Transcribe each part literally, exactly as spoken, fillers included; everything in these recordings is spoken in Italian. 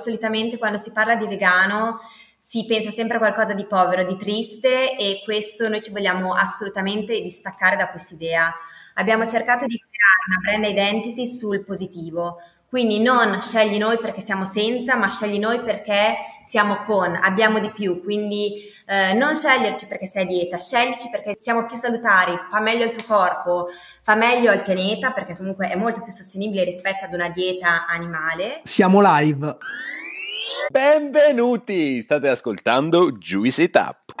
solitamente quando si parla di vegano si pensa sempre a qualcosa di povero, di triste, e questo noi ci vogliamo assolutamente distaccare da quest'idea. Abbiamo cercato di creare una brand identity sul positivo, quindi non scegli noi perché siamo senza, ma scegli noi perché siamo con, abbiamo di più, quindi eh, non sceglierci perché sei a dieta, sceglierci perché siamo più salutari, fa meglio al tuo corpo, fa meglio al pianeta, perché comunque è molto più sostenibile rispetto ad una dieta animale. Siamo live. Benvenuti! State ascoltando Juice It Up.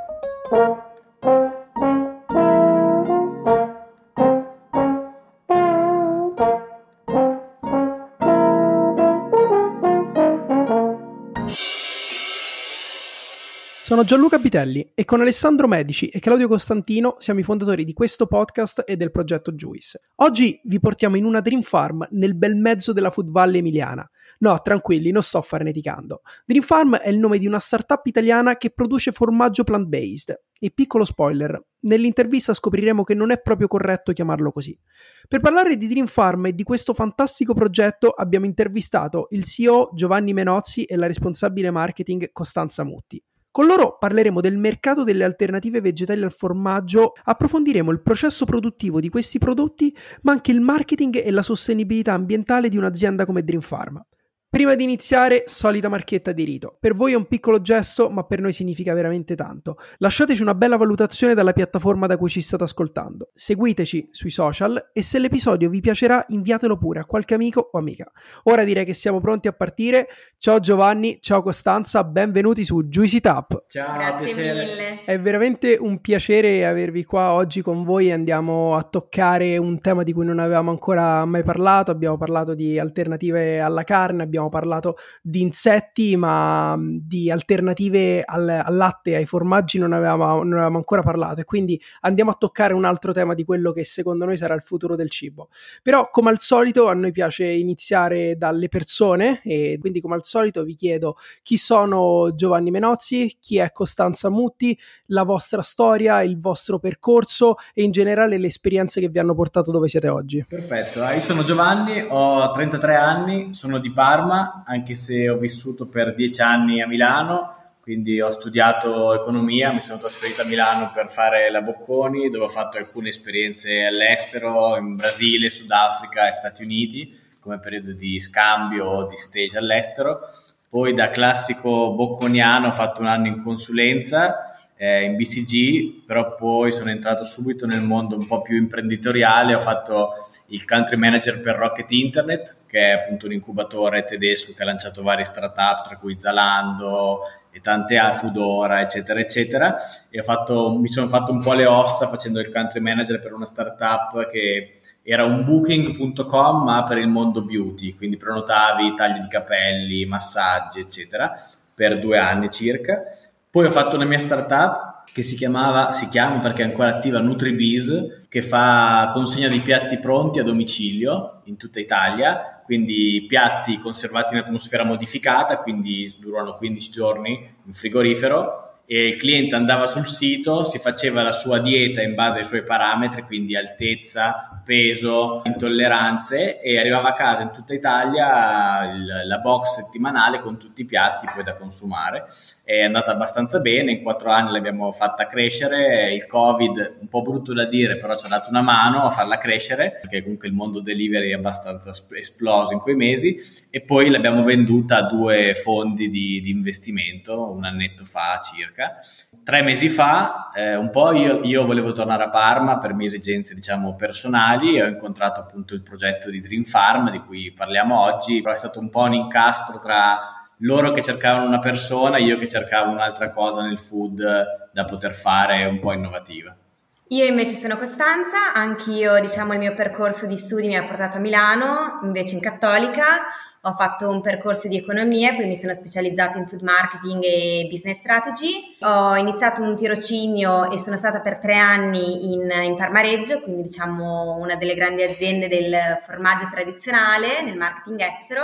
Sono Gianluca Bitelli e con Alessandro Medici e Claudio Costantino siamo i fondatori di questo podcast e del progetto Juice. Oggi vi portiamo in una Dream Farm nel bel mezzo della Food Valley emiliana. No, tranquilli, non sto farneticando. Dream Farm è il nome di una startup italiana che produce formaggio plant-based. E piccolo spoiler, nell'intervista scopriremo che non è proprio corretto chiamarlo così. Per parlare di Dream Farm e di questo fantastico progetto abbiamo intervistato il C E O Giovanni Menozzi e la responsabile marketing Costanza Mutti. Con loro parleremo del mercato delle alternative vegetali al formaggio, approfondiremo il processo produttivo di questi prodotti, ma anche il marketing e la sostenibilità ambientale di un'azienda come Dream Farm. Prima di iniziare, solita marchetta di rito. Per voi è un piccolo gesto, ma per noi significa veramente tanto. Lasciateci una bella valutazione dalla piattaforma da cui ci state ascoltando. Seguiteci sui social e se l'episodio vi piacerà inviatelo pure a qualche amico o amica. Ora direi che siamo pronti a partire. Ciao Giovanni, ciao Costanza, benvenuti su Juice It Up. Ciao, grazie piacere. mille. È veramente un piacere avervi qua oggi con voi. Andiamo a toccare un tema di cui non avevamo ancora mai parlato. Abbiamo parlato di alternative alla carne, abbiamo Abbiamo parlato di insetti, ma di alternative al, al latte, ai formaggi non avevamo, non avevamo ancora parlato, e quindi andiamo a toccare un altro tema di quello che secondo noi sarà il futuro del cibo. Però, come al solito, a noi piace iniziare dalle persone, e quindi come al solito vi chiedo chi sono Giovanni Menozzi, chi è Costanza Mutti, la vostra storia, il vostro percorso e in generale le esperienze che vi hanno portato dove siete oggi. Perfetto, io sono Giovanni, ho trentatré anni, sono di Parma, anche se ho vissuto per dieci anni a Milano, quindi ho studiato economia, mi sono trasferito a Milano per fare la Bocconi, dove ho fatto alcune esperienze all'estero, in Brasile, Sudafrica e Stati Uniti, come periodo di scambio o di stage all'estero. Poi da classico bocconiano ho fatto un anno in consulenza, eh, in B C G, però poi sono entrato subito nel mondo un po' più imprenditoriale, ho fatto il country manager per Rocket Internet, che è appunto un incubatore tedesco che ha lanciato vari startup, tra cui Zalando e tante altre, Foodora, eccetera, eccetera, e ho fatto, mi sono fatto un po' le ossa facendo il country manager per una startup che era un booking punto com ma per il mondo beauty, quindi prenotavi tagli di capelli, massaggi, eccetera, per due anni circa. Poi ho fatto una mia startup che si chiamava, si chiama perché è ancora attiva, NutriBiz, che fa consegna di piatti pronti a domicilio in tutta Italia, quindi piatti conservati in atmosfera modificata, quindi durano quindici giorni in frigorifero, e il cliente andava sul sito, si faceva la sua dieta in base ai suoi parametri, quindi altezza, peso, intolleranze, e arrivava a casa in tutta Italia il, la box settimanale con tutti i piatti poi da consumare. È andata abbastanza bene, in quattro anni l'abbiamo fatta crescere, il Covid, un po' brutto da dire, però ci ha dato una mano a farla crescere, perché comunque il mondo delivery è abbastanza esploso in quei mesi, e poi l'abbiamo venduta a due fondi di, di investimento, un annetto fa circa. Tre mesi fa, eh, un po' io, io volevo tornare a Parma per mie esigenze, diciamo, personali, e ho incontrato appunto il progetto di Dream Farm, di cui parliamo oggi, però è stato un po' un incastro tra loro che cercavano una persona, io che cercavo un'altra cosa nel food da poter fare un po' innovativa. Io invece sono Costanza, anch'io, diciamo, il mio percorso di studi mi ha portato a Milano, invece in Cattolica. Ho fatto un percorso di economia, poi mi sono specializzata in food marketing e business strategy. Ho iniziato un tirocinio e sono stata per tre anni in, in Parmareggio, quindi diciamo una delle grandi aziende del formaggio tradizionale nel marketing estero.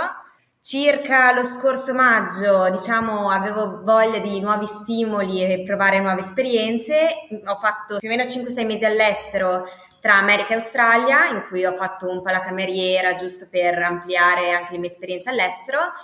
Circa lo scorso maggio, diciamo, avevo voglia di nuovi stimoli e provare nuove esperienze. Ho fatto più o meno cinque sei mesi all'estero tra America e Australia, in cui ho fatto un po' la cameriera giusto per ampliare anche le mie esperienze all'estero,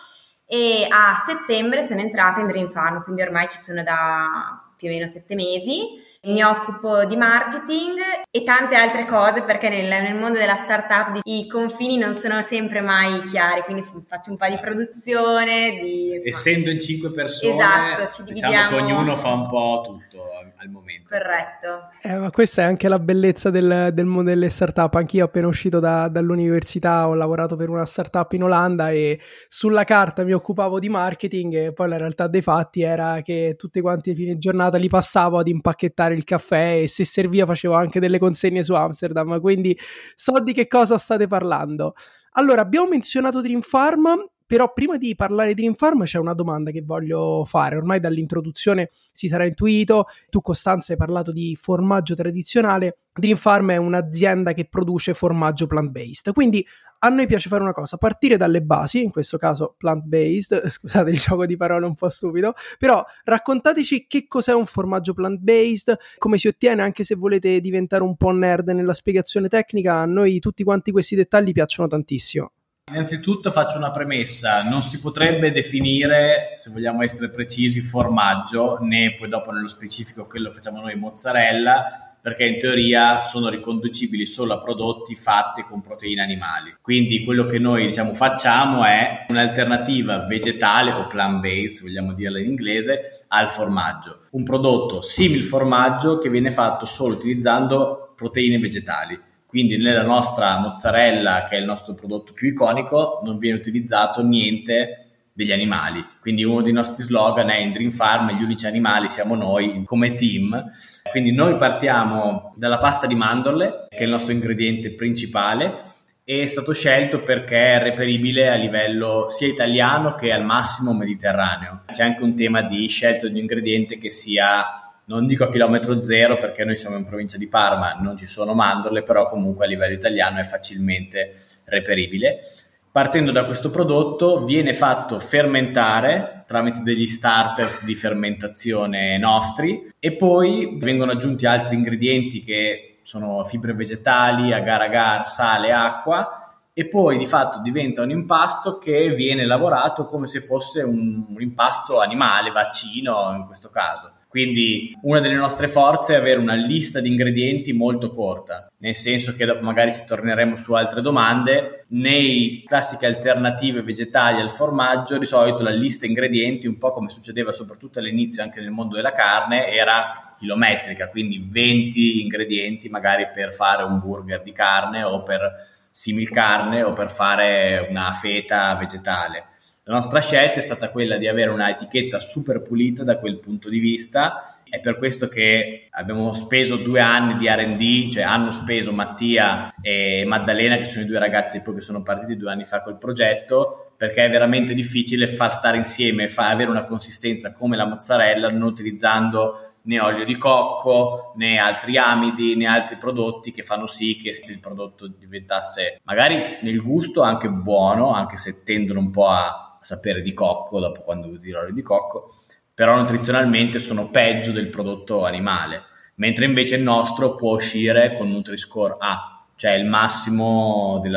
e a settembre sono entrata in Dream Farm, quindi ormai ci sono da più o meno sette mesi. Mi occupo di marketing e tante altre cose perché nel, nel mondo della startup i confini non sono sempre mai chiari, quindi faccio un po' di produzione. Di, Essendo in cinque persone, esatto, ci dividiamo. Diciamo che ognuno fa un po' tutto al momento. Corretto. Eh, ma questa è anche la bellezza del, del mondo delle startup. Anch'io appena uscito da, dall'università ho lavorato per una startup in Olanda e sulla carta mi occupavo di marketing e poi la realtà dei fatti era che tutti quanti i fine giornata li passavo ad impacchettare il caffè e se serviva facevo anche delle consegne su Amsterdam, quindi so di che cosa state parlando. Allora, abbiamo menzionato Dream Farm, però prima di parlare di Dream Farm c'è una domanda che voglio fare. Ormai dall'introduzione si sarà intuito, tu Costanza hai parlato di formaggio tradizionale, Dream Farm è un'azienda che produce formaggio plant-based, quindi a noi piace fare una cosa, partire dalle basi, in questo caso plant-based, scusate il gioco di parole un po' stupido, però raccontateci che cos'è un formaggio plant-based, come si ottiene, anche se volete diventare un po' nerd nella spiegazione tecnica, a noi tutti quanti questi dettagli piacciono tantissimo. Innanzitutto faccio una premessa, non si potrebbe definire, se vogliamo essere precisi, formaggio, né poi dopo nello specifico quello che facciamo noi mozzarella, perché in teoria sono riconducibili solo a prodotti fatti con proteine animali. Quindi quello che noi diciamo facciamo è un'alternativa vegetale o plant-based, vogliamo dirla in inglese, al formaggio. Un prodotto simil formaggio che viene fatto solo utilizzando proteine vegetali. Quindi nella nostra mozzarella, che è il nostro prodotto più iconico, non viene utilizzato niente degli animali. Quindi uno dei nostri slogan è: in Dream Farm gli unici animali siamo noi come team. Quindi noi partiamo dalla pasta di mandorle, che è il nostro ingrediente principale, e è stato scelto perché è reperibile a livello sia italiano che al massimo mediterraneo. C'è anche un tema di scelta di un ingrediente che sia, non dico a chilometro zero perché noi siamo in provincia di Parma, non ci sono mandorle, però comunque a livello italiano è facilmente reperibile. Partendo da questo prodotto viene fatto fermentare tramite degli starters di fermentazione nostri e poi vengono aggiunti altri ingredienti che sono fibre vegetali, agar agar, sale, acqua, e poi di fatto diventa un impasto che viene lavorato come se fosse un, un impasto animale, vaccino in questo caso. Quindi una delle nostre forze è avere una lista di ingredienti molto corta, nel senso che dopo magari ci torneremo su altre domande. Nei classiche alternative vegetali al formaggio, di solito la lista ingredienti, un po' come succedeva soprattutto all'inizio anche nel mondo della carne, era chilometrica, quindi venti ingredienti magari per fare un burger di carne o per simil carne o per fare una feta vegetale. La nostra scelta è stata quella di avere una etichetta super pulita da quel punto di vista. È per questo che abbiamo speso due anni di R and D, cioè hanno speso Mattia e Maddalena, che sono i due ragazzi poi che sono partiti due anni fa col progetto, perché è veramente difficile far stare insieme, far avere una consistenza come la mozzarella, non utilizzando né olio di cocco, né altri amidi, né altri prodotti che fanno sì che il prodotto diventasse magari nel gusto anche buono, anche se tendono un po' a sapere di cocco dopo quando usi l'olio di cocco, però nutrizionalmente sono peggio del prodotto animale, mentre invece il nostro può uscire con Nutri-Score A, cioè il massimo della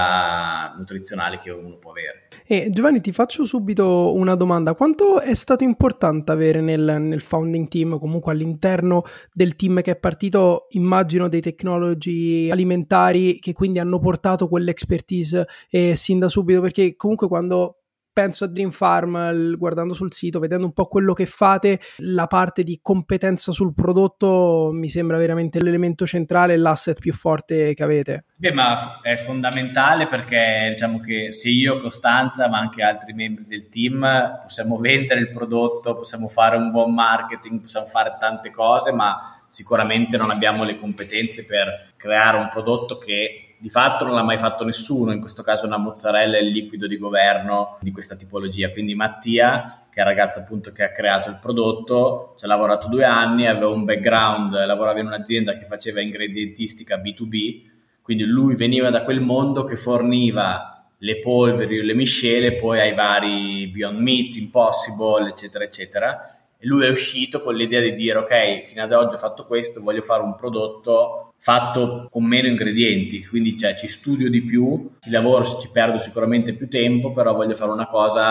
scala nutrizionale che uno può avere. E Giovanni, ti faccio subito una domanda: quanto è stato importante avere nel, nel founding team, comunque all'interno del team che è partito, immagino, dei tecnologi alimentari, che quindi hanno portato quell'expertise eh, sin da subito? Perché comunque quando penso a Dream Farm, guardando sul sito, vedendo un po' quello che fate, la parte di competenza sul prodotto mi sembra veramente l'elemento centrale e l'asset più forte che avete. Beh, ma è fondamentale perché diciamo che se io, Costanza, ma anche altri membri del team possiamo vendere il prodotto, possiamo fare un buon marketing, possiamo fare tante cose, ma sicuramente non abbiamo le competenze per creare un prodotto che di fatto non l'ha mai fatto nessuno. In questo caso una mozzarella è il liquido di governo di questa tipologia. Quindi Mattia, che è il ragazzo appunto che ha creato il prodotto, ci ha lavorato due anni, aveva un background, lavorava in un'azienda che faceva ingredientistica B due B, quindi lui veniva da quel mondo che forniva le polveri o le miscele poi ai vari Beyond Meat, Impossible, eccetera eccetera, e lui è uscito con l'idea di dire: ok, fino ad oggi ho fatto questo, voglio fare un prodotto fatto con meno ingredienti, quindi cioè, ci studio di più, ci lavoro, ci perdo sicuramente più tempo, però voglio fare una cosa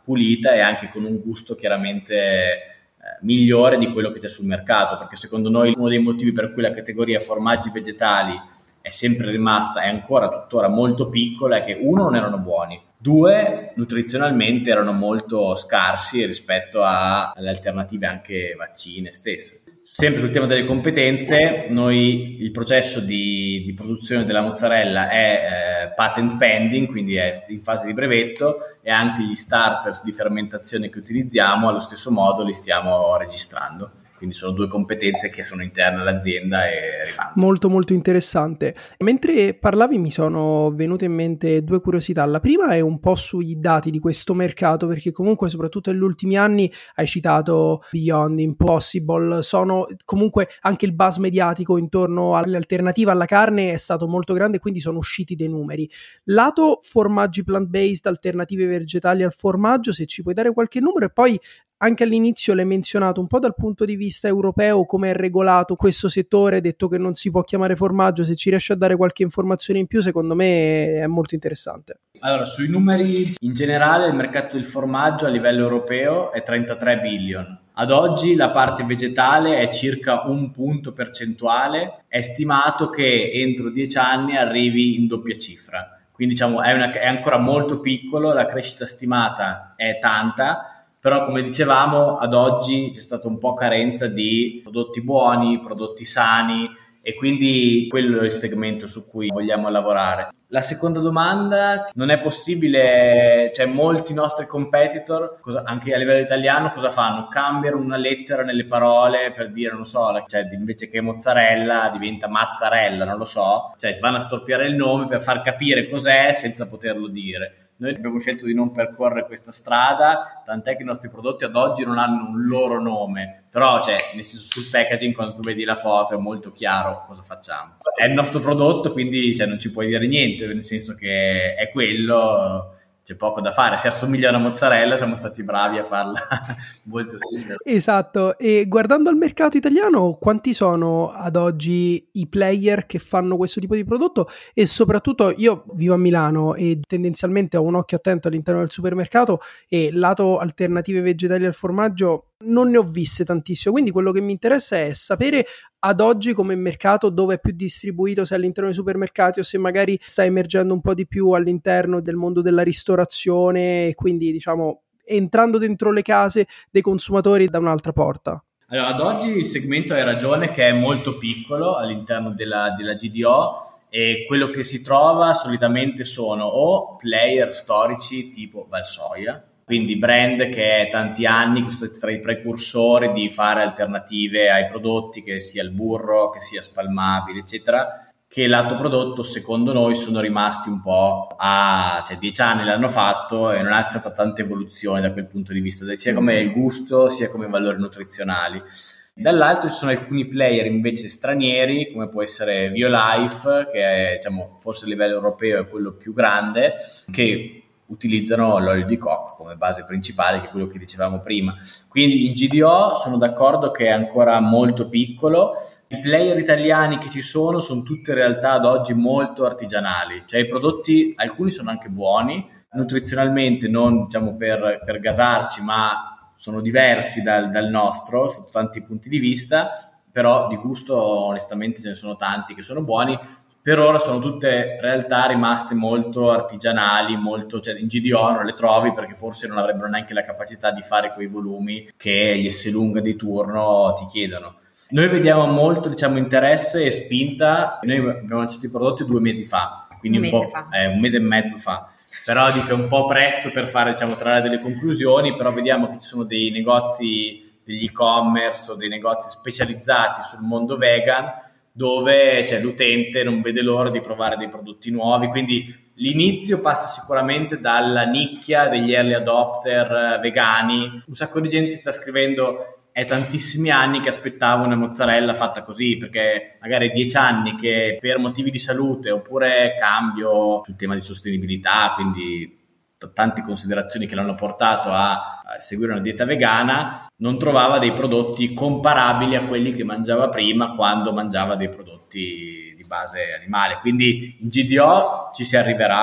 pulita e anche con un gusto chiaramente eh, migliore di quello che c'è sul mercato, perché secondo noi uno dei motivi per cui la categoria formaggi vegetali è sempre rimasta, è ancora tuttora molto piccola, è che uno, non erano buoni, due, nutrizionalmente erano molto scarsi rispetto a, alle alternative anche vaccine stesse. Sempre sul tema delle competenze, noi il processo di, di produzione della mozzarella è eh, patent pending, quindi è in fase di brevetto, e anche gli starters di fermentazione che utilizziamo allo stesso modo li stiamo registrando. Quindi sono due competenze che sono interne all'azienda e rimangono. Molto molto interessante. Mentre parlavi mi sono venute in mente due curiosità. La prima è un po' sui dati di questo mercato, perché comunque soprattutto negli ultimi anni hai citato Beyond, Impossible, sono comunque anche il buzz mediatico intorno all'alternativa alla carne è stato molto grande, quindi sono usciti dei numeri. Lato formaggi plant-based, alternative vegetali al formaggio, se ci puoi dare qualche numero, e poi anche all'inizio l'hai menzionato un po' dal punto di vista europeo come è regolato questo settore, detto che non si può chiamare formaggio, se ci riesci a dare qualche informazione in più secondo me è molto interessante. Allora, sui numeri in generale il mercato del formaggio a livello europeo è trentatré billion. Ad oggi la parte vegetale è circa un punto percentuale, è stimato che entro dieci anni arrivi in doppia cifra, quindi diciamo è, una, è ancora molto piccolo, la crescita stimata è tanta, però come dicevamo ad oggi c'è stata un po' carenza di prodotti buoni, prodotti sani, e quindi quello è il segmento su cui vogliamo lavorare. La seconda domanda, non è possibile, cioè molti nostri competitor, cosa, anche a livello italiano, cosa fanno? Cambiano una lettera nelle parole per dire, non so, cioè invece che mozzarella diventa mazzarella, non lo so, cioè vanno a storpiare il nome per far capire cos'è senza poterlo dire. Noi abbiamo scelto di non percorrere questa strada, tant'è che i nostri prodotti ad oggi non hanno un loro nome, però cioè, nel senso sul packaging quando tu vedi la foto è molto chiaro cosa facciamo. È il nostro prodotto, quindi cioè, non ci puoi dire niente, nel senso che è quello, c'è poco da fare. Se assomiglia a una mozzarella siamo stati bravi a farla molto simile. Esatto, e guardando al mercato italiano quanti sono ad oggi i player che fanno questo tipo di prodotto? E soprattutto io vivo a Milano e tendenzialmente ho un occhio attento all'interno del supermercato e lato alternative vegetali al formaggio non ne ho viste tantissimo, quindi quello che mi interessa è sapere ad oggi come mercato dove è più distribuito, se all'interno dei supermercati o se magari sta emergendo un po' di più all'interno del mondo della ristorazione e quindi diciamo entrando dentro le case dei consumatori da un'altra porta. Allora, ad oggi il segmento, hai ragione, che è molto piccolo all'interno della, della G D O, e quello che si trova solitamente sono o player storici tipo Valsoia, quindi brand che è tanti anni, che sono tra i precursori di fare alternative ai prodotti, che sia il burro, che sia spalmabile, eccetera, che lato prodotto secondo noi sono rimasti un po' a, cioè dieci anni l'hanno fatto e non è stata tanta evoluzione da quel punto di vista, sia come il gusto sia come valori nutrizionali. Dall'altro ci sono alcuni player invece stranieri, come può essere Violife, che è, diciamo, forse a livello europeo è quello più grande, che utilizzano l'olio di cocco come base principale, che è quello che dicevamo prima. Quindi in G D O sono d'accordo che è ancora molto piccolo. I player italiani che ci sono sono tutte in realtà ad oggi molto artigianali, cioè i prodotti, alcuni sono anche buoni, nutrizionalmente non diciamo per, per gasarci, ma sono diversi dal, dal nostro sotto tanti punti di vista, però di gusto onestamente ce ne sono tanti che sono buoni. Per ora sono tutte realtà rimaste molto artigianali, molto, cioè in G D O non le trovi perché forse non avrebbero neanche la capacità di fare quei volumi che gli Esselunga di turno ti chiedono. Noi vediamo molto, diciamo, interesse e spinta. Noi abbiamo lanciato i prodotti due mesi fa, quindi un, un, po', fa. Eh, un mese e mezzo fa. Però dico è un po' presto per fare, diciamo, trarre delle conclusioni, però vediamo che ci sono dei negozi, degli e-commerce o dei negozi specializzati sul mondo vegan, dove cioè, l'utente non vede l'ora di provare dei prodotti nuovi, quindi l'inizio passa sicuramente dalla nicchia degli early adopter vegani. Un sacco di gente sta scrivendo è tantissimi anni che aspettavo una mozzarella fatta così, perché magari dieci anni che per motivi di salute oppure cambio sul tema di sostenibilità, quindi t- tante considerazioni che l'hanno portato a, a seguire una dieta vegana, non trovava dei prodotti comparabili a quelli che mangiava prima quando mangiava dei prodotti di base animale. Quindi in G D O ci si arriverà, perché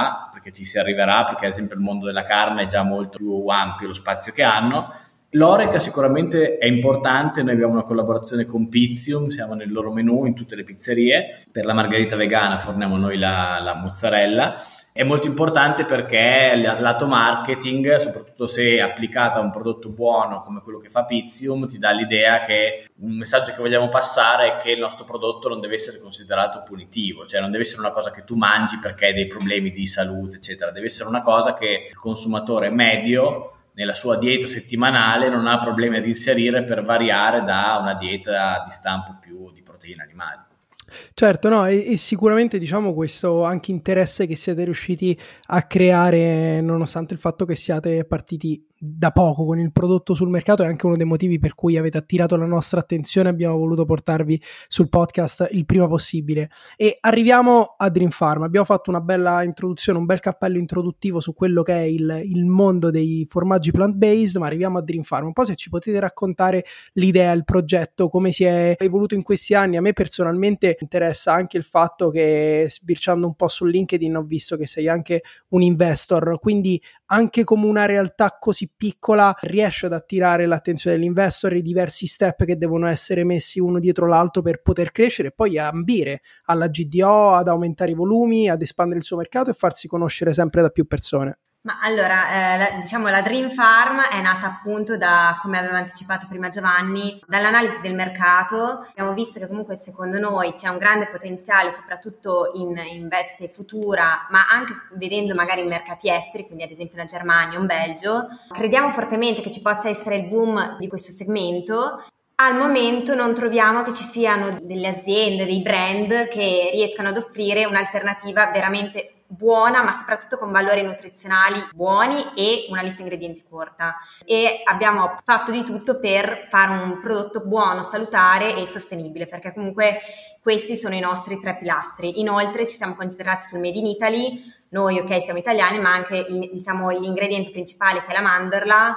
perché ci si arriverà, perché ad esempio il mondo della carne è già molto più ampio lo spazio che hanno. L'Oreca sicuramente è importante, noi abbiamo una collaborazione con Pizzium, siamo nel loro menù in tutte le pizzerie, per la margherita vegana forniamo noi la, la mozzarella. È molto importante perché lato marketing, soprattutto se applicata a un prodotto buono come quello che fa Pizzium, ti dà l'idea che un messaggio che vogliamo passare è che il nostro prodotto non deve essere considerato punitivo, cioè non deve essere una cosa che tu mangi perché hai dei problemi di salute, eccetera, deve essere una cosa che il consumatore medio nella sua dieta settimanale non ha problemi ad inserire per variare da una dieta di stampo più di proteine animali. Certo, no, e, e sicuramente diciamo questo anche interesse che siete riusciti a creare nonostante il fatto che siate partiti da poco con il prodotto sul mercato è anche uno dei motivi per cui avete attirato la nostra attenzione e abbiamo voluto portarvi sul podcast il prima possibile. E arriviamo a Dream Farm. Abbiamo fatto una bella introduzione, un bel cappello introduttivo su quello che è il, il mondo dei formaggi plant-based, ma arriviamo a Dream Farm. Un po' se ci potete raccontare l'idea, il progetto, come si è evoluto in questi anni. A me personalmente interessa anche il fatto che, sbirciando un po' su LinkedIn, ho visto che sei anche un investor, quindi anche come una realtà così piccola riesce ad attirare l'attenzione dell'investor, i diversi step che devono essere messi uno dietro l'altro per poter crescere e poi ambire alla G D O, ad aumentare i volumi, ad espandere il suo mercato e farsi conoscere sempre da più persone. Ma allora, eh, la, diciamo la Dream Farm è nata appunto da, come aveva anticipato prima Giovanni, dall'analisi del mercato. Abbiamo visto che comunque secondo noi c'è un grande potenziale soprattutto in, in veste futura, ma anche vedendo magari i mercati esteri, quindi ad esempio una Germania, un Belgio. Crediamo fortemente che ci possa essere il boom di questo segmento. Al momento non troviamo che ci siano delle aziende, dei brand che riescano ad offrire un'alternativa veramente buona, ma soprattutto con valori nutrizionali buoni e una lista ingredienti corta. E abbiamo fatto di tutto per fare un prodotto buono, salutare e sostenibile, perché comunque questi sono i nostri tre pilastri. Inoltre ci siamo concentrati sul Made in Italy. Noi, ok, siamo italiani, ma anche diciamo l'ingrediente principale che è la mandorla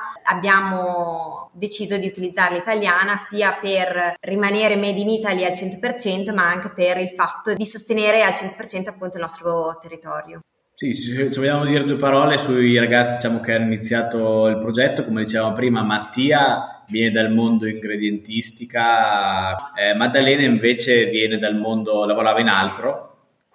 abbiamo deciso di utilizzarla italiana sia per rimanere Made in Italy al cento per cento, ma anche per il fatto di sostenere al cento per cento appunto il nostro territorio. Sì, se vogliamo dire due parole sui ragazzi diciamo che hanno iniziato il progetto, come dicevamo prima, Mattia viene dal mondo ingredientistica, eh, Maddalena invece viene dal mondo, lavorava in altro,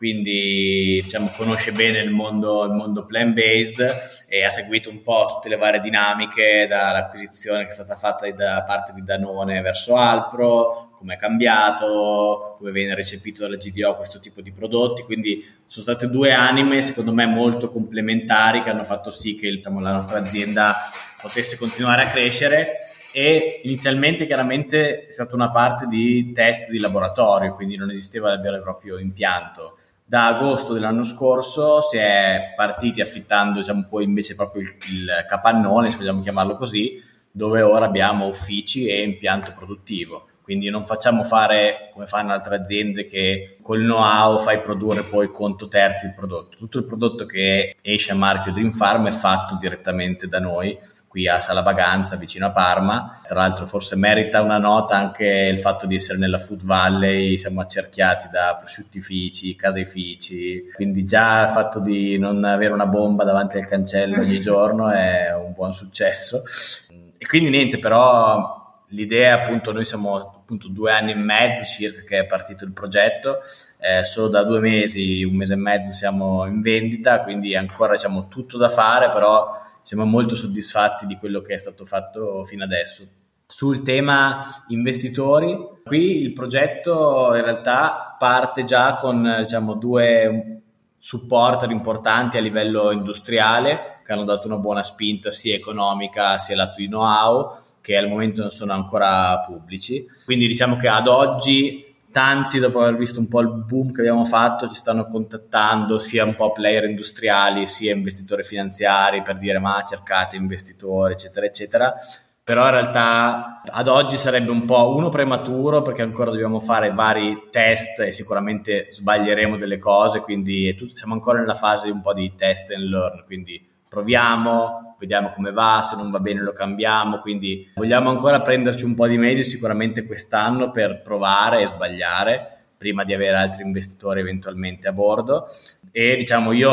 quindi diciamo conosce bene il mondo, il mondo plant-based e ha seguito un po' tutte le varie dinamiche dall'acquisizione che è stata fatta da parte di Danone verso Alpro, come è cambiato, come viene recepito dalla G D O questo tipo di prodotti, quindi sono state due anime secondo me molto complementari che hanno fatto sì che diciamo, la nostra azienda potesse continuare a crescere. E inizialmente chiaramente è stata una parte di test di laboratorio, quindi non esisteva il vero e proprio impianto. Da agosto dell'anno scorso si è partiti affittando diciamo poi invece proprio il, il capannone, se vogliamo chiamarlo così, dove ora abbiamo uffici e impianto produttivo. Quindi non facciamo fare come fanno altre aziende che col know-how fai produrre poi conto terzi il prodotto. Tutto il prodotto che esce a marchio Dream Farm è fatto direttamente da noi, qui a Sala Baganza, vicino a Parma. Tra l'altro forse merita una nota anche il fatto di essere nella Food Valley, siamo accerchiati da prosciuttifici, caseifici, quindi già il fatto di non avere una bomba davanti al cancello ogni giorno è un buon successo. E quindi niente, però l'idea appunto, noi siamo appunto due anni e mezzo circa che è partito il progetto, eh, solo da due mesi, un mese e mezzo siamo in vendita, quindi ancora diciamo tutto da fare, però siamo molto soddisfatti di quello che è stato fatto fino adesso. Sul tema investitori, qui il progetto in realtà parte già con diciamo due supporter importanti a livello industriale che hanno dato una buona spinta sia economica sia lato di know-how, che al momento non sono ancora pubblici. Quindi diciamo che ad oggi tanti, dopo aver visto un po' il boom che abbiamo fatto, ci stanno contattando sia un po' player industriali sia investitori finanziari per dire ma cercate investitori eccetera eccetera, però in realtà ad oggi sarebbe un po' uno prematuro perché ancora dobbiamo fare vari test e sicuramente sbaglieremo delle cose, quindi siamo ancora nella fase un po' di test and learn, quindi proviamo, vediamo come va, se non va bene lo cambiamo, quindi vogliamo ancora prenderci un po' di mesi sicuramente quest'anno per provare e sbagliare prima di avere altri investitori eventualmente a bordo. E diciamo io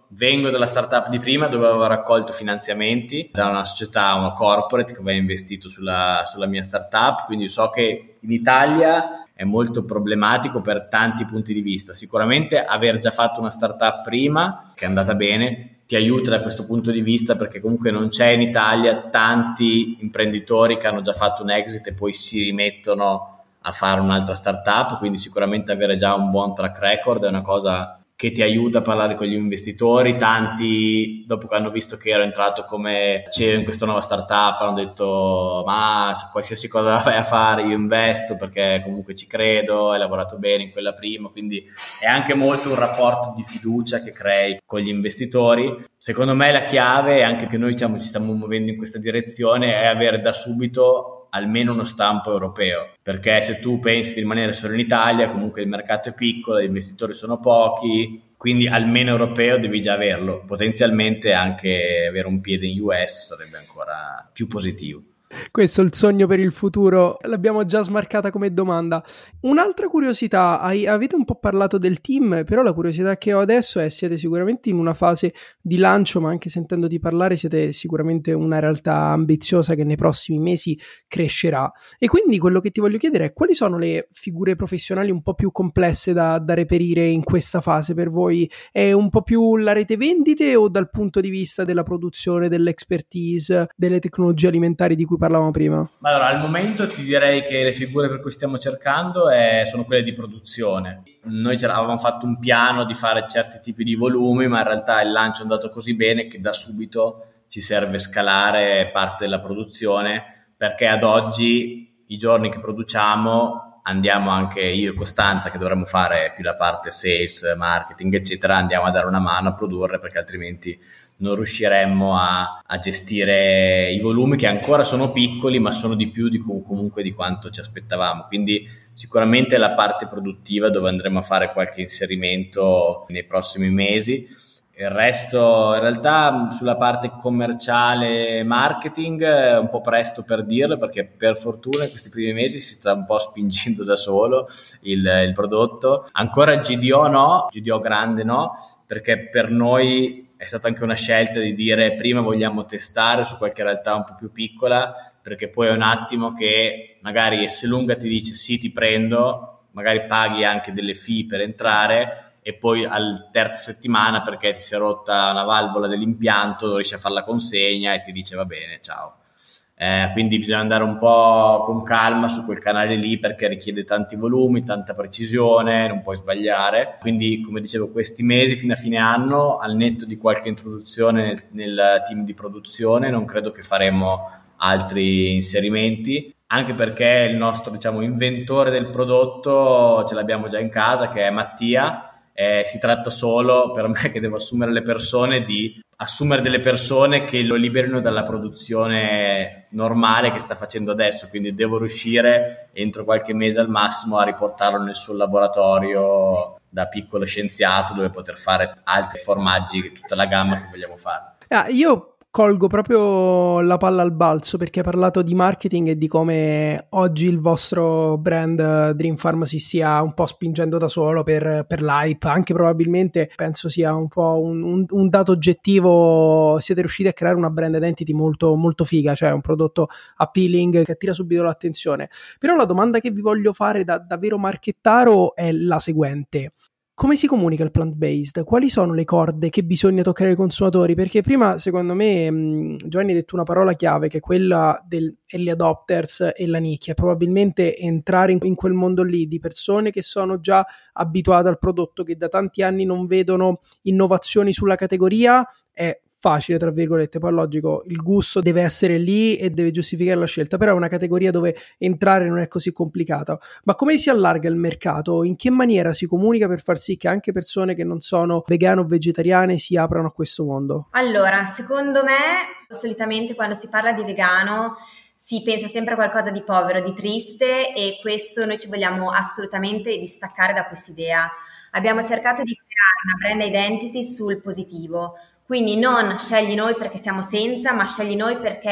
vengo dalla startup di prima dove avevo raccolto finanziamenti da una società, una corporate che aveva investito sulla, sulla mia startup, quindi so che in Italia è molto problematico per tanti punti di vista. Sicuramente aver già fatto una startup prima, che è andata bene, ti aiuta da questo punto di vista, perché comunque non c'è in Italia tanti imprenditori che hanno già fatto un exit e poi si rimettono a fare un'altra startup, quindi sicuramente avere già un buon track record è una cosa che ti aiuta a parlare con gli investitori. Tanti, dopo che hanno visto che ero entrato come C E O in questa nuova startup, hanno detto ma qualsiasi cosa vai a fare io investo, perché comunque ci credo, hai lavorato bene in quella prima, quindi è anche molto un rapporto di fiducia che crei con gli investitori. Secondo me la chiave, anche che noi diciamo ci stiamo muovendo in questa direzione, è avere da subito almeno uno stampo europeo, perché se tu pensi di rimanere solo in Italia, comunque il mercato è piccolo, gli investitori sono pochi, quindi almeno europeo devi già averlo. Potenzialmente anche avere un piede in U S sarebbe ancora più positivo. Questo è il sogno per il futuro, l'abbiamo già smarcata come domanda. Un'altra curiosità, hai, avete un po' parlato del team, però la curiosità che ho adesso è: siete sicuramente in una fase di lancio, ma anche sentendoti parlare siete sicuramente una realtà ambiziosa che nei prossimi mesi crescerà, e quindi quello che ti voglio chiedere è: quali sono le figure professionali un po' più complesse da, da reperire in questa fase per voi? È un po' più la rete vendite o dal punto di vista della produzione, dell'expertise, delle tecnologie alimentari di cui parlavamo prima? Allora, al momento ti direi che le figure per cui stiamo cercando è, sono quelle di produzione. Noi avevamo fatto un piano di fare certi tipi di volumi, ma in realtà il lancio è andato così bene che da subito ci serve scalare parte della produzione, perché ad oggi i giorni che produciamo andiamo anche io e Costanza, che dovremmo fare più la parte sales, marketing eccetera, andiamo a dare una mano a produrre, perché altrimenti non riusciremmo a, a gestire i volumi, che ancora sono piccoli ma sono di più di comunque di quanto ci aspettavamo. Quindi sicuramente la parte produttiva dove andremo a fare qualche inserimento nei prossimi mesi. Il resto in realtà sulla parte commerciale, marketing è un po' presto per dirlo, perché per fortuna in questi primi mesi si sta un po' spingendo da solo il, il prodotto. Ancora G D O no, G D O grande no, perché per noi è stata anche una scelta di dire prima vogliamo testare su qualche realtà un po' più piccola, perché poi è un attimo che magari Esselunga ti dice sì ti prendo, magari paghi anche delle fee per entrare, e poi al terza settimana, perché ti si è rotta una valvola dell'impianto, non riesci a fare la consegna e ti dice va bene, ciao. Eh, quindi bisogna andare un po' con calma su quel canale lì, perché richiede tanti volumi, tanta precisione, non puoi sbagliare. Quindi, come dicevo, questi mesi fino a fine anno, al netto di qualche introduzione nel, nel team di produzione, non credo che faremo altri inserimenti, anche perché il nostro, diciamo, inventore del prodotto ce l'abbiamo già in casa, che è Mattia. Eh, si tratta solo, per me che devo assumere le persone, di assumere delle persone che lo liberino dalla produzione normale che sta facendo adesso, quindi devo riuscire entro qualche mese al massimo a riportarlo nel suo laboratorio da piccolo scienziato, dove poter fare altri formaggi, tutta la gamma che vogliamo fare. Ah, io colgo proprio la palla al balzo, perché hai parlato di marketing e di come oggi il vostro brand Dream Pharma si stia un po' spingendo da solo per, per l'hype. Anche probabilmente penso sia un po' un, un, un dato oggettivo: siete riusciti a creare una brand identity molto, molto figa, cioè un prodotto appealing che attira subito l'attenzione. Però la domanda che vi voglio fare da, da vero marchettaro è la seguente: come si comunica il plant-based? Quali sono le corde che bisogna toccare ai consumatori? Perché prima, secondo me, mh, Giovanni ha detto una parola chiave, che è quella del early adopters e la nicchia. Probabilmente entrare in, in quel mondo lì di persone che sono già abituate al prodotto, che da tanti anni non vedono innovazioni sulla categoria, è facile, tra virgolette. Poi logico, il gusto deve essere lì e deve giustificare la scelta, però è una categoria dove entrare non è così complicato. Ma come si allarga il mercato? In che maniera si comunica per far sì che anche persone che non sono vegane o vegetariane si aprano a questo mondo? Allora, secondo me, solitamente quando si parla di vegano si pensa sempre a qualcosa di povero, di triste, e questo noi ci vogliamo assolutamente distaccare da quest'idea. Abbiamo cercato di creare una brand identity sul positivo. Quindi non scegli noi perché siamo senza, ma scegli noi perché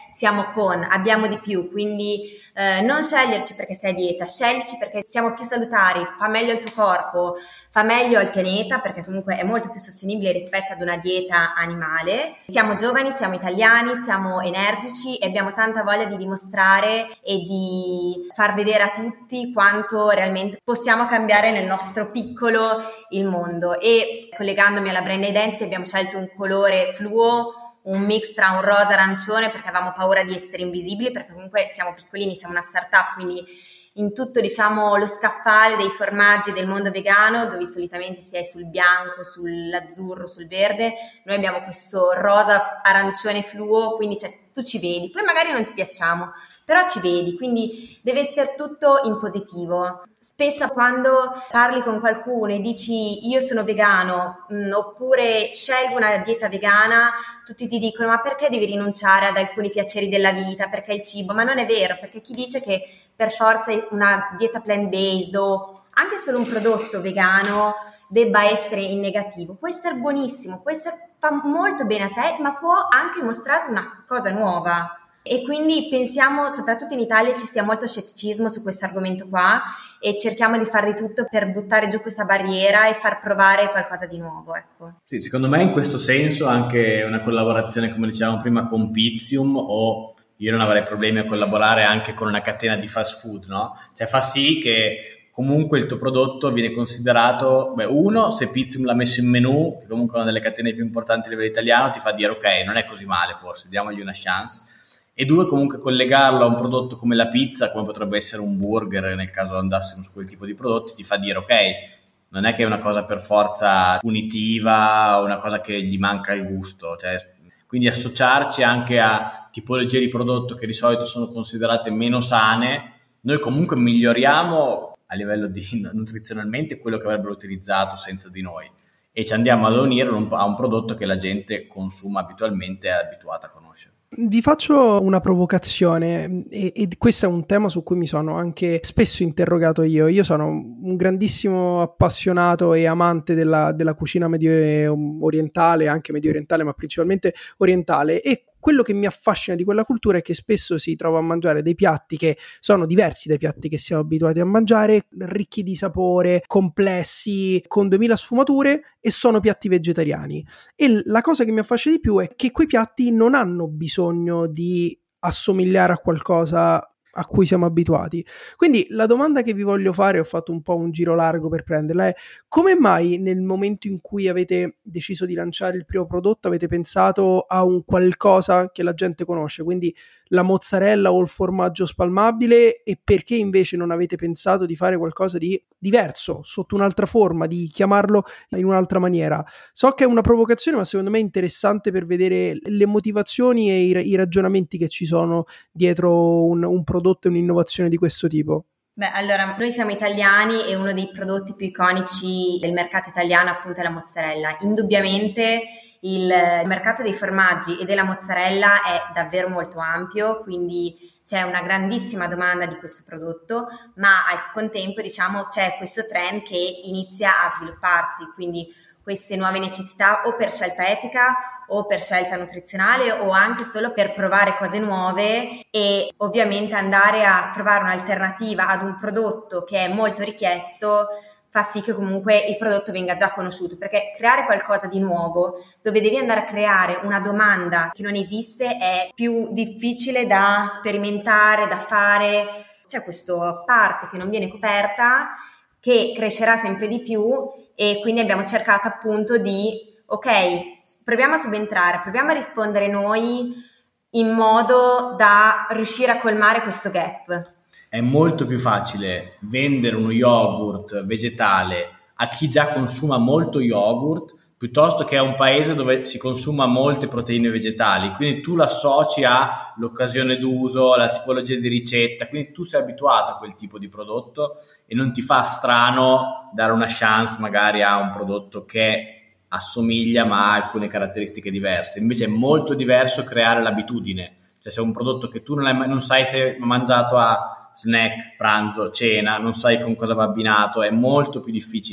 siamo con, abbiamo di più, quindi eh, non sceglierci perché sei a dieta, sceglierci perché siamo più salutari, fa meglio il tuo corpo, fa meglio al pianeta, perché comunque è molto più sostenibile rispetto ad una dieta animale. Siamo giovani, siamo italiani, siamo energici e abbiamo tanta voglia di dimostrare e di far vedere a tutti quanto realmente possiamo cambiare nel nostro piccolo il mondo. E collegandomi alla brand identity abbiamo scelto un colore fluo, un mix tra un rosa e arancione, perché avevamo paura di essere invisibili, perché comunque siamo piccolini, siamo una startup, quindi in tutto, diciamo, lo scaffale dei formaggi del mondo vegano, dove solitamente si è sul bianco, sull'azzurro, sul verde, noi abbiamo questo rosa arancione fluo, quindi cioè, tu ci vedi, poi magari non ti piacciamo, però ci vedi, quindi deve essere tutto in positivo. Spesso quando parli con qualcuno e dici io sono vegano mh, oppure scelgo una dieta vegana, tutti ti dicono ma perché devi rinunciare ad alcuni piaceri della vita, perché il cibo, ma non è vero, perché chi dice che per forza una dieta plant-based o anche solo un prodotto vegano debba essere in negativo, può essere buonissimo, può essere, fa molto bene a te, ma può anche mostrarti una cosa nuova. E quindi pensiamo, soprattutto in Italia, ci sia molto scetticismo su questo argomento qua e cerchiamo di fare di tutto per buttare giù questa barriera e far provare qualcosa di nuovo, ecco. Sì, secondo me in questo senso anche una collaborazione, come dicevamo prima, con Pizzium, o io non avrei problemi a collaborare anche con una catena di fast food, no? Cioè fa sì che comunque il tuo prodotto viene considerato, beh, uno, se Pizzium l'ha messo in menù, che comunque è una delle catene più importanti a livello italiano, ti fa dire ok, non è così male forse, diamogli una chance. E due, comunque collegarlo a un prodotto come la pizza, come potrebbe essere un burger nel caso andassimo su quel tipo di prodotti, ti fa dire ok, non è che è una cosa per forza punitiva o una cosa che gli manca il gusto, cioè, quindi associarci anche a tipologie di prodotto che di solito sono considerate meno sane, noi comunque miglioriamo a livello di nutrizionalmente quello che avrebbero utilizzato senza di noi e ci andiamo ad unire a un prodotto che la gente consuma abitualmente e è abituata a conoscere. Vi faccio una provocazione e, e questo è un tema su cui mi sono anche spesso interrogato io. Io sono un grandissimo appassionato e amante della, della cucina medio orientale, anche medio orientale, ma principalmente orientale, e quello che mi affascina di quella cultura è che spesso si trova a mangiare dei piatti che sono diversi dai piatti che siamo abituati a mangiare, ricchi di sapore, complessi, con duemila sfumature, e sono piatti vegetariani. E la cosa che mi affascina di più è che quei piatti non hanno bisogno di assomigliare a qualcosa a cui siamo abituati. Quindi la domanda che vi voglio fare, ho fatto un po' un giro largo per prenderla, è: come mai nel momento in cui avete deciso di lanciare il primo prodotto avete pensato a un qualcosa che la gente conosce, quindi la mozzarella o il formaggio spalmabile, e perché invece non avete pensato di fare qualcosa di diverso, sotto un'altra forma, di chiamarlo in un'altra maniera? So che è una provocazione, ma secondo me è interessante per vedere le motivazioni e i, i ragionamenti che ci sono dietro un, un prodotto e un'innovazione di questo tipo. Beh, allora, noi siamo italiani e uno dei prodotti più iconici del mercato italiano appunto è la mozzarella. Indubbiamente il mercato dei formaggi e della mozzarella è davvero molto ampio, quindi c'è una grandissima domanda di questo prodotto, ma al contempo, diciamo, c'è questo trend che inizia a svilupparsi, quindi queste nuove necessità o per scelta etica o per scelta nutrizionale o anche solo per provare cose nuove e ovviamente andare a trovare un'alternativa ad un prodotto che è molto richiesto fa sì che comunque il prodotto venga già conosciuto, perché creare qualcosa di nuovo dove devi andare a creare una domanda che non esiste è più difficile da sperimentare, da fare. C'è questa parte che non viene coperta, che crescerà sempre di più, e quindi abbiamo cercato appunto di ok, proviamo a subentrare, proviamo a rispondere noi in modo da riuscire a colmare questo gap. È molto più facile vendere uno yogurt vegetale a chi già consuma molto yogurt piuttosto che a un paese dove si consuma molte proteine vegetali, quindi tu l'associ all'occasione d'uso, alla tipologia di ricetta, quindi tu sei abituato a quel tipo di prodotto e non ti fa strano dare una chance magari a un prodotto che assomiglia ma ha alcune caratteristiche diverse. Invece è molto diverso creare l'abitudine, cioè se è un prodotto che tu non, hai, non sai se hai mangiato a snack, pranzo, cena, non sai con cosa va abbinato, è molto più difficile.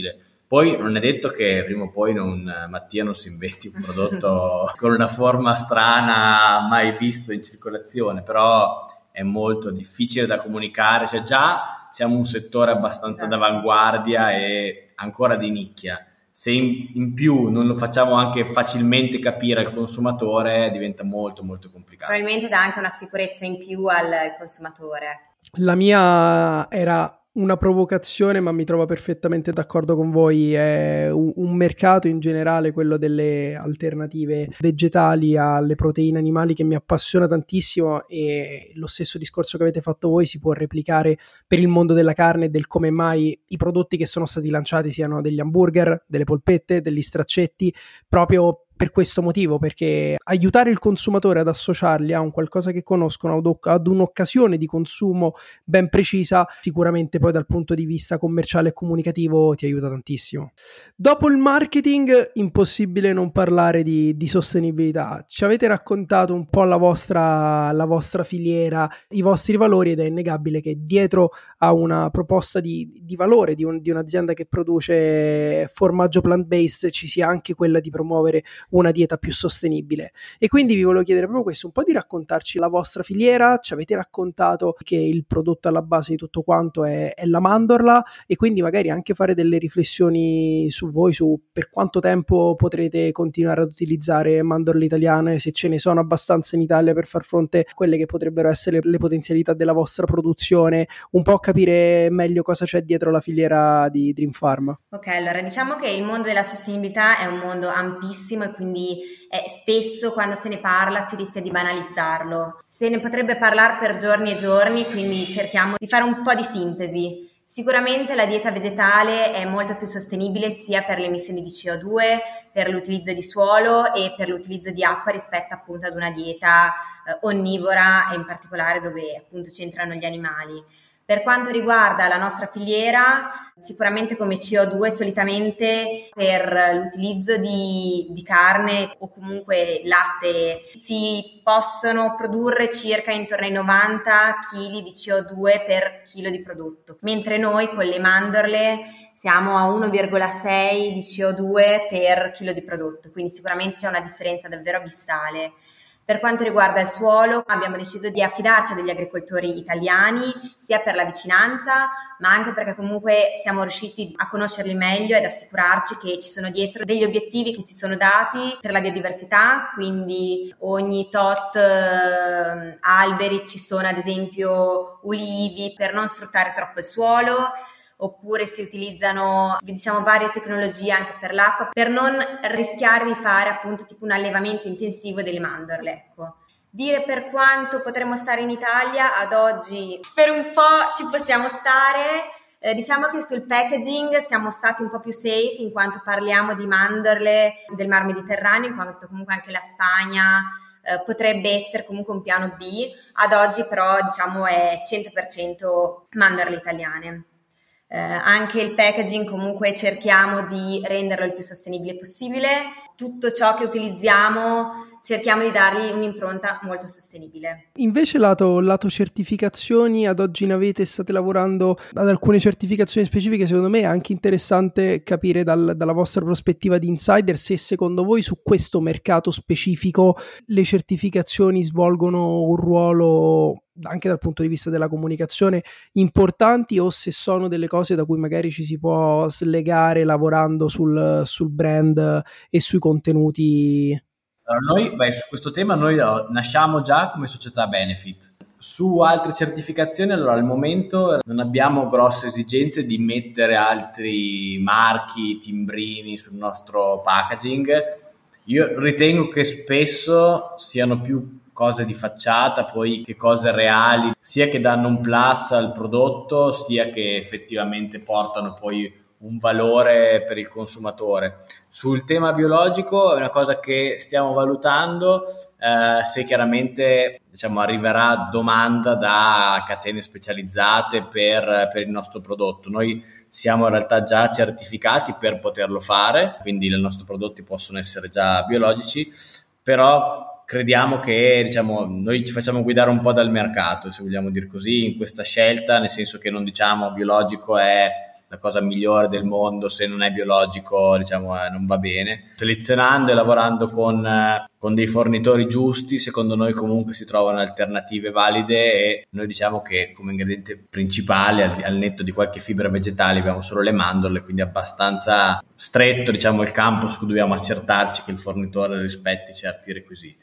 Poi non è detto che prima o poi non, Mattia non si inventi un prodotto con una forma strana mai visto in circolazione, però è molto difficile da comunicare, cioè già siamo un settore abbastanza d'avanguardia e ancora di nicchia. Se in, in più non lo facciamo anche facilmente capire al consumatore, diventa molto molto complicato. Probabilmente dà anche una sicurezza in più al, al consumatore. La mia era una provocazione, ma mi trovo perfettamente d'accordo con voi. È un, un mercato in generale, quello delle alternative vegetali alle proteine animali, che mi appassiona tantissimo, e lo stesso discorso che avete fatto voi si può replicare per il mondo della carne e del come mai i prodotti che sono stati lanciati siano degli hamburger, delle polpette, degli straccetti, proprio per questo motivo, perché aiutare il consumatore ad associarli a un qualcosa che conoscono, ad un'occasione di consumo ben precisa, sicuramente poi dal punto di vista commerciale e comunicativo ti aiuta tantissimo. Dopo il marketing, impossibile non parlare di, di sostenibilità. Ci avete raccontato un po' la vostra, la vostra filiera, i vostri valori, ed è innegabile che dietro a una proposta di, di valore di, un, di un'azienda che produce formaggio plant-based ci sia anche quella di promuovere una dieta più sostenibile. E quindi vi volevo chiedere proprio questo, un po' di raccontarci la vostra filiera. Ci avete raccontato che il prodotto alla base di tutto quanto è, è la mandorla, e quindi magari anche fare delle riflessioni su voi, su per quanto tempo potrete continuare ad utilizzare mandorle italiane, se ce ne sono abbastanza in Italia per far fronte a quelle che potrebbero essere le potenzialità della vostra produzione, un po' capire meglio cosa c'è dietro la filiera di Dream Farm. Ok, allora diciamo che il mondo della sostenibilità è un mondo ampissimo e quindi eh, spesso quando se ne parla si rischia di banalizzarlo. Se ne potrebbe parlare per giorni e giorni, quindi cerchiamo di fare un po' di sintesi. Sicuramente la dieta vegetale è molto più sostenibile sia per le emissioni di C O due, per l'utilizzo di suolo e per l'utilizzo di acqua rispetto appunto ad una dieta eh, onnivora, e in particolare dove appunto c'entrano gli animali. Per quanto riguarda la nostra filiera, sicuramente come C O due solitamente per l'utilizzo di, di carne o comunque latte si possono produrre circa intorno ai novanta chili di C O due per chilo di prodotto, mentre noi con le mandorle siamo a uno virgola sei di C O due per chilo di prodotto, quindi sicuramente c'è una differenza davvero abissale. Per quanto riguarda il suolo, abbiamo deciso di affidarci a degli agricoltori italiani, sia per la vicinanza, ma anche perché comunque siamo riusciti a conoscerli meglio ed assicurarci che ci sono dietro degli obiettivi che si sono dati per la biodiversità, quindi ogni tot eh, alberi ci sono ad esempio ulivi per non sfruttare troppo il suolo, oppure si utilizzano diciamo varie tecnologie anche per l'acqua per non rischiare di fare appunto tipo un allevamento intensivo delle mandorle, ecco. Dire per quanto potremmo stare in Italia, ad oggi per un po' ci possiamo stare. Eh, diciamo che sul packaging siamo stati un po' più safe in quanto parliamo di mandorle del Mar Mediterraneo, in quanto comunque anche la Spagna eh, potrebbe essere comunque un piano B. Ad oggi però diciamo è cento per cento mandorle italiane. Eh, anche il packaging comunque cerchiamo di renderlo il più sostenibile possibile. Tutto ciò che utilizziamo cerchiamo di dargli un'impronta molto sostenibile. Invece lato, lato certificazioni, ad oggi ne avete, state lavorando ad alcune certificazioni specifiche. Secondo me è anche interessante capire dal, dalla vostra prospettiva di insider se secondo voi su questo mercato specifico le certificazioni svolgono un ruolo anche dal punto di vista della comunicazione importanti, o se sono delle cose da cui magari ci si può slegare lavorando sul, sul brand e sui contenuti. Allora, noi beh, su questo tema noi nasciamo già come società benefit. Su altre certificazioni, allora al momento non abbiamo grosse esigenze di mettere altri marchi, timbrini sul nostro packaging. Io ritengo che spesso siano più cose di facciata poi che cose reali, sia che danno un plus al prodotto, sia che effettivamente portano poi un valore per il consumatore. Sul tema biologico è una cosa che stiamo valutando, eh, se chiaramente diciamo arriverà domanda da catene specializzate per, per il nostro prodotto. Noi siamo in realtà già certificati per poterlo fare, quindi i nostri prodotti possono essere già biologici, però crediamo che diciamo noi ci facciamo guidare un po' dal mercato, se vogliamo dire così, in questa scelta, nel senso che non diciamo biologico è la cosa migliore del mondo, se non è biologico, diciamo, eh, non va bene. Selezionando e lavorando con, eh, con dei fornitori giusti, secondo noi comunque si trovano alternative valide, e noi diciamo che come ingrediente principale, al, al netto di qualche fibra vegetale, abbiamo solo le mandorle, quindi abbastanza stretto, diciamo, il campo su cui dobbiamo accertarci che il fornitore rispetti certi requisiti.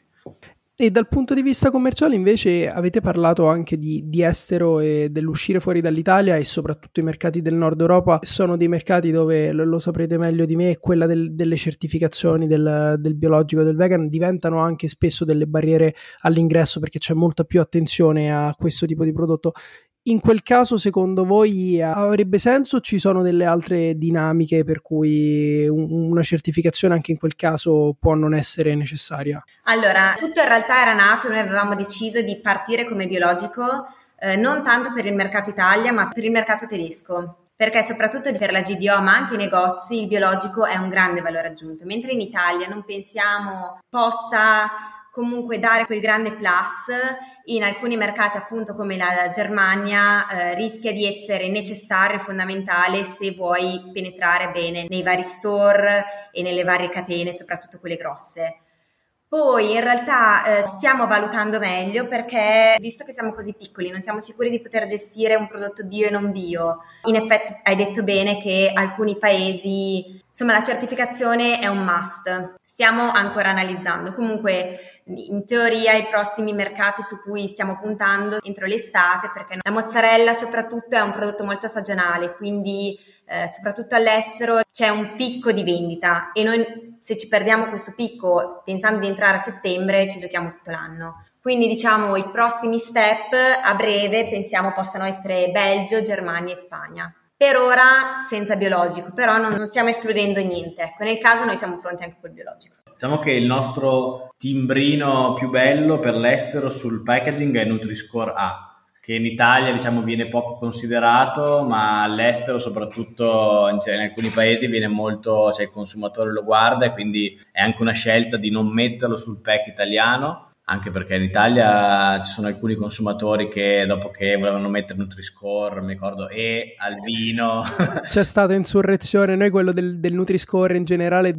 E dal punto di vista commerciale invece avete parlato anche di, di estero e dell'uscire fuori dall'Italia, e soprattutto i mercati del Nord Europa sono dei mercati dove, lo, lo saprete meglio di me, quella del, delle certificazioni del, del biologico e del vegan diventano anche spesso delle barriere all'ingresso, perché c'è molta più attenzione a questo tipo di prodotto. In quel caso, secondo voi, avrebbe senso o ci sono delle altre dinamiche per cui una certificazione anche in quel caso può non essere necessaria? Allora, tutto in realtà era nato, noi avevamo deciso di partire come biologico eh, non tanto per il mercato Italia, ma per il mercato tedesco. Perché soprattutto per la G D O, ma anche i negozi, il biologico è un grande valore aggiunto, mentre in Italia non pensiamo possa comunque dare quel grande plus. In alcuni mercati, appunto come la Germania, eh, rischia di essere necessario e fondamentale se vuoi penetrare bene nei vari store e nelle varie catene, soprattutto quelle grosse. Poi in realtà eh, stiamo valutando meglio, perché visto che siamo così piccoli non siamo sicuri di poter gestire un prodotto bio e non bio. In effetti hai detto bene che alcuni paesi, insomma, la certificazione è un must. Stiamo ancora analizzando. Comunque in teoria i prossimi mercati su cui stiamo puntando entro l'estate, perché la mozzarella soprattutto è un prodotto molto stagionale, quindi eh, soprattutto all'estero c'è un picco di vendita, e noi, se ci perdiamo questo picco pensando di entrare a settembre, ci giochiamo tutto l'anno. Quindi diciamo i prossimi step a breve pensiamo possano essere Belgio, Germania e Spagna. Per ora senza biologico, però non, non stiamo escludendo niente. Ecco, nel caso noi siamo pronti anche col biologico. Diciamo che il nostro timbrino più bello per l'estero sul packaging è Nutri-Score A, che in Italia, diciamo, viene poco considerato, ma all'estero, soprattutto in, cioè, in alcuni paesi, viene molto, cioè il consumatore lo guarda, e quindi è anche una scelta di non metterlo sul pack italiano, anche perché in Italia ci sono alcuni consumatori che dopo che volevano mettere Nutri-Score, mi ricordo, e al vino c'è stata insurrezione. Noi quello del, del Nutri-Score in generale,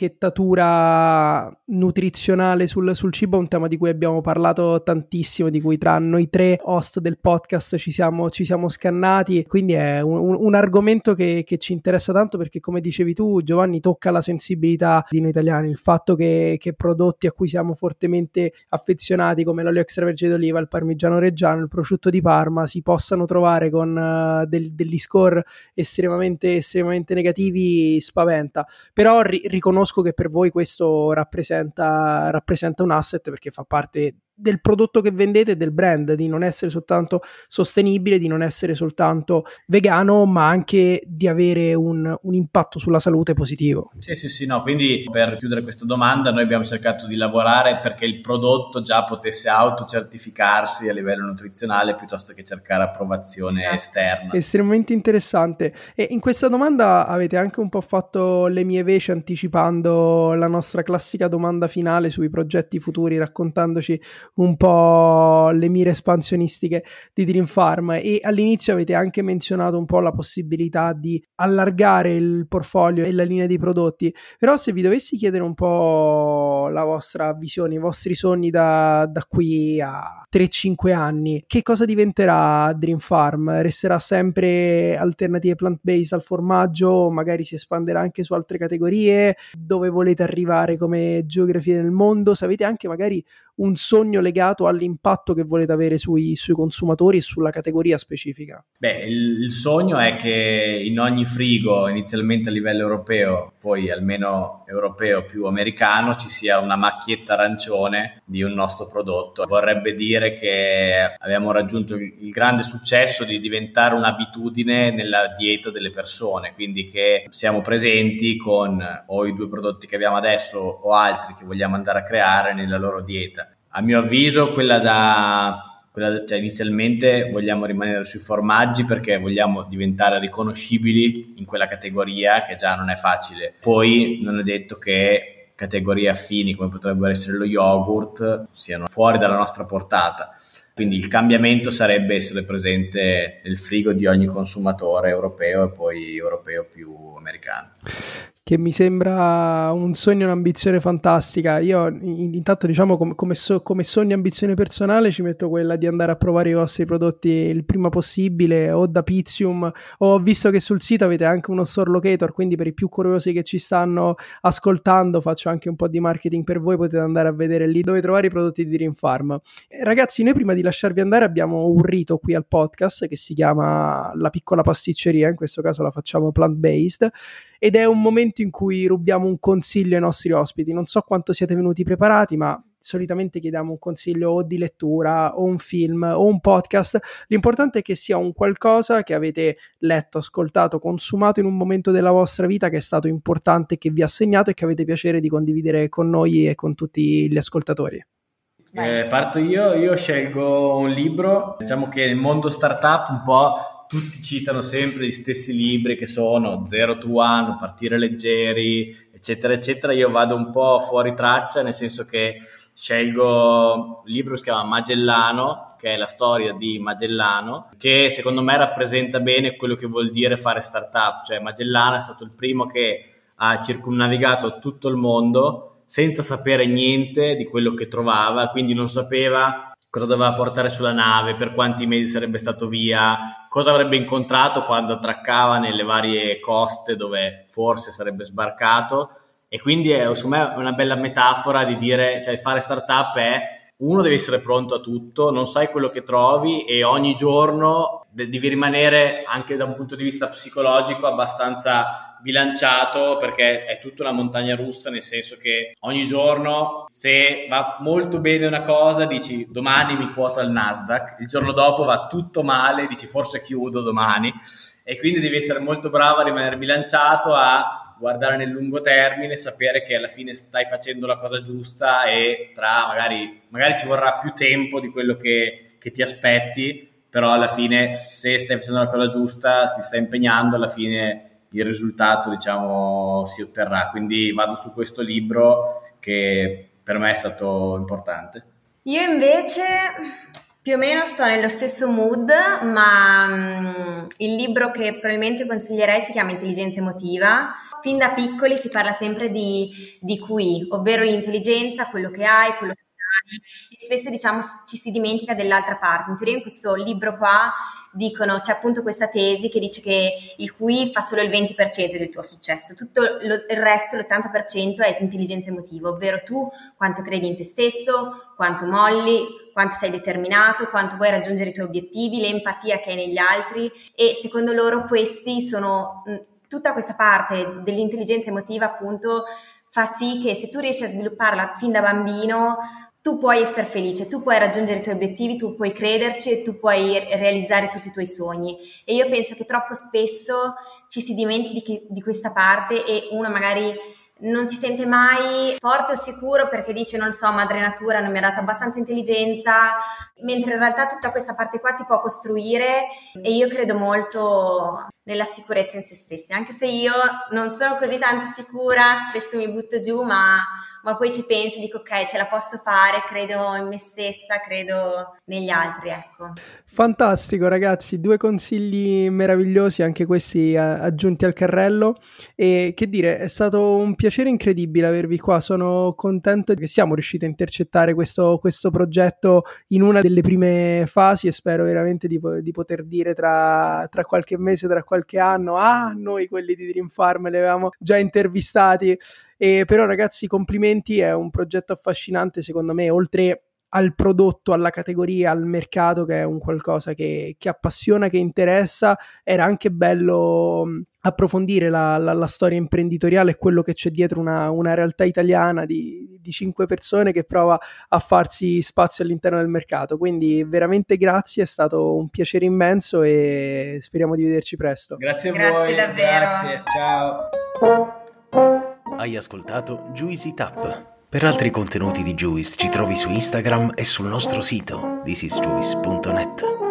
dell'etichettatura nutrizionale sul, sul cibo, è un tema di cui abbiamo parlato tantissimo, di cui tra noi tre host del podcast ci siamo, ci siamo scannati, quindi è un, un, un argomento che, che ci interessa tanto, perché come dicevi tu, Giovanni, tocca la sensibilità di noi italiani, il fatto che, che prodotti a cui siamo fortemente affezionati come l'olio extravergine d'oliva, il parmigiano reggiano, il prosciutto di Parma si possano trovare con uh, del, degli score estremamente estremamente negativi spaventa. Però ri- riconosco che per voi questo rappresenta rappresenta un asset, perché fa parte del prodotto che vendete e del brand, di non essere soltanto sostenibile, di non essere soltanto vegano, ma anche di avere un, un impatto sulla salute positivo. Sì, sì, sì, no, quindi per chiudere questa domanda, noi abbiamo cercato di lavorare perché il prodotto già potesse autocertificarsi a livello nutrizionale, piuttosto che cercare approvazione ah, esterna. Estremamente interessante. E in questa domanda avete anche un po' fatto le mie veci, anticipando la nostra classica domanda finale sui progetti futuri, raccontandoci un po' le mire espansionistiche di Dream Farm, e all'inizio avete anche menzionato un po' la possibilità di allargare il portfolio e la linea di prodotti. Però se vi dovessi chiedere un po' la vostra visione, i vostri sogni da, da qui a tre cinque anni, che cosa diventerà Dream Farm? Resterà sempre alternative plant-based al formaggio, magari si espanderà anche su altre categorie? Dove volete arrivare come geografia nel mondo? Se avete anche magari un sogno legato all'impatto che volete avere sui, sui consumatori e sulla categoria specifica? Beh, il, il sogno è che in ogni frigo, inizialmente a livello europeo, poi almeno europeo più americano, ci sia una macchietta arancione di un nostro prodotto. Vorrebbe dire che abbiamo raggiunto il, il grande successo di diventare un'abitudine nella dieta delle persone, quindi che siamo presenti con o i due prodotti che abbiamo adesso o altri che vogliamo andare a creare nella loro dieta. A mio avviso quella da, quella, cioè inizialmente vogliamo rimanere sui formaggi perché vogliamo diventare riconoscibili in quella categoria, che già non è facile. Poi non è detto che categorie affini come potrebbero essere lo yogurt siano fuori dalla nostra portata. Quindi il cambiamento sarebbe essere presente nel frigo di ogni consumatore europeo e poi europeo più americano. Che mi sembra un sogno, un'ambizione fantastica. Io intanto, diciamo, come, come, so, come sogno e ambizione personale ci metto quella di andare a provare i vostri prodotti il prima possibile, o da Pyzium, o ho visto che sul sito avete anche uno store locator, quindi per i più curiosi che ci stanno ascoltando faccio anche un po' di marketing per voi, potete andare a vedere lì dove trovare i prodotti di Dream Farm. Eh, ragazzi, noi prima di lasciarvi andare abbiamo un rito qui al podcast che si chiama La Piccola Pasticceria, in questo caso la facciamo plant-based, ed è un momento in cui rubiamo un consiglio ai nostri ospiti. Non so quanto siete venuti preparati, ma solitamente chiediamo un consiglio o di lettura o un film o un podcast. L'importante è che sia un qualcosa che avete letto, ascoltato, consumato in un momento della vostra vita che è stato importante, che vi ha segnato e che avete piacere di condividere con noi e con tutti gli ascoltatori. Eh, parto io, io scelgo un libro. Diciamo che nel mondo startup un po' tutti citano sempre gli stessi libri che sono Zero to One, Partire leggeri, eccetera, eccetera. Io vado un po' fuori traccia, nel senso che scelgo un libro che si chiama Magellano, che è la storia di Magellano, che secondo me rappresenta bene quello che vuol dire fare startup. Cioè Magellano è stato il primo che ha circumnavigato tutto il mondo senza sapere niente di quello che trovava, quindi non sapeva cosa doveva portare sulla nave, per quanti mesi sarebbe stato via, cosa avrebbe incontrato quando attraccava nelle varie coste dove forse sarebbe sbarcato. E quindi è, secondo me, è una bella metafora di dire, cioè fare startup è, uno, devi essere pronto a tutto, non sai quello che trovi e ogni giorno devi rimanere anche da un punto di vista psicologico abbastanza bilanciato, perché è tutta una montagna russa, nel senso che ogni giorno, se va molto bene una cosa, dici domani mi quoto al Nasdaq, il giorno dopo va tutto male, dici forse chiudo domani, e quindi devi essere molto bravo a rimanere bilanciato, a guardare nel lungo termine, sapere che alla fine stai facendo la cosa giusta e tra magari, magari ci vorrà più tempo di quello che, che ti aspetti, però alla fine se stai facendo la cosa giusta, ti stai impegnando, alla fine il risultato, diciamo, si otterrà. Quindi vado su questo libro che per me è stato importante. Io invece più o meno sto nello stesso mood, ma um, il libro che probabilmente consiglierei si chiama Intelligenza emotiva. Fin da piccoli si parla sempre di, di Q I, ovvero l'intelligenza, quello che hai, quello che sai, e spesso, diciamo, ci si dimentica dell'altra parte. In teoria in questo libro qua dicono, c'è appunto questa tesi che dice che il Q I fa solo il venti per cento del tuo successo, tutto lo, il resto, l'ottanta per cento è intelligenza emotiva, ovvero tu quanto credi in te stesso, quanto molli, quanto sei determinato, quanto vuoi raggiungere i tuoi obiettivi, l'empatia che hai negli altri, e secondo loro questi sono, tutta questa parte dell'intelligenza emotiva appunto fa sì che se tu riesci a svilupparla fin da bambino tu puoi essere felice, tu puoi raggiungere i tuoi obiettivi, tu puoi crederci e tu puoi realizzare tutti i tuoi sogni. E io penso che troppo spesso ci si dimentichi di questa parte e uno magari non si sente mai forte o sicuro perché dice, non lo so, madre natura non mi ha dato abbastanza intelligenza, mentre in realtà tutta questa parte qua si può costruire, e io credo molto nella sicurezza in se stessi, anche se io non sono così tanto sicura, spesso mi butto giù, ma ma poi ci penso e dico ok, ce la posso fare, credo in me stessa, credo negli altri, ecco. Fantastico ragazzi, due consigli meravigliosi, anche questi aggiunti al carrello, e che dire, è stato un piacere incredibile avervi qua, sono contento che siamo riusciti a intercettare questo, questo progetto in una delle prime fasi e spero veramente di, di poter dire tra, tra qualche mese, tra qualche anno, ah, noi quelli di Dream Farm li avevamo già intervistati. E però ragazzi, complimenti, è un progetto affascinante secondo me, oltre al prodotto, alla categoria, al mercato, che è un qualcosa che, che appassiona, che interessa. Era anche bello approfondire la, la, la storia imprenditoriale e quello che c'è dietro una, una realtà italiana di, di cinque persone che prova a farsi spazio all'interno del mercato, quindi veramente grazie, è stato un piacere immenso e speriamo di vederci presto. Grazie a grazie voi, davvero. Grazie, ciao. Hai ascoltato Juicy Tap. Per altri contenuti di Juice ci trovi su Instagram e sul nostro sito this is juice punto net.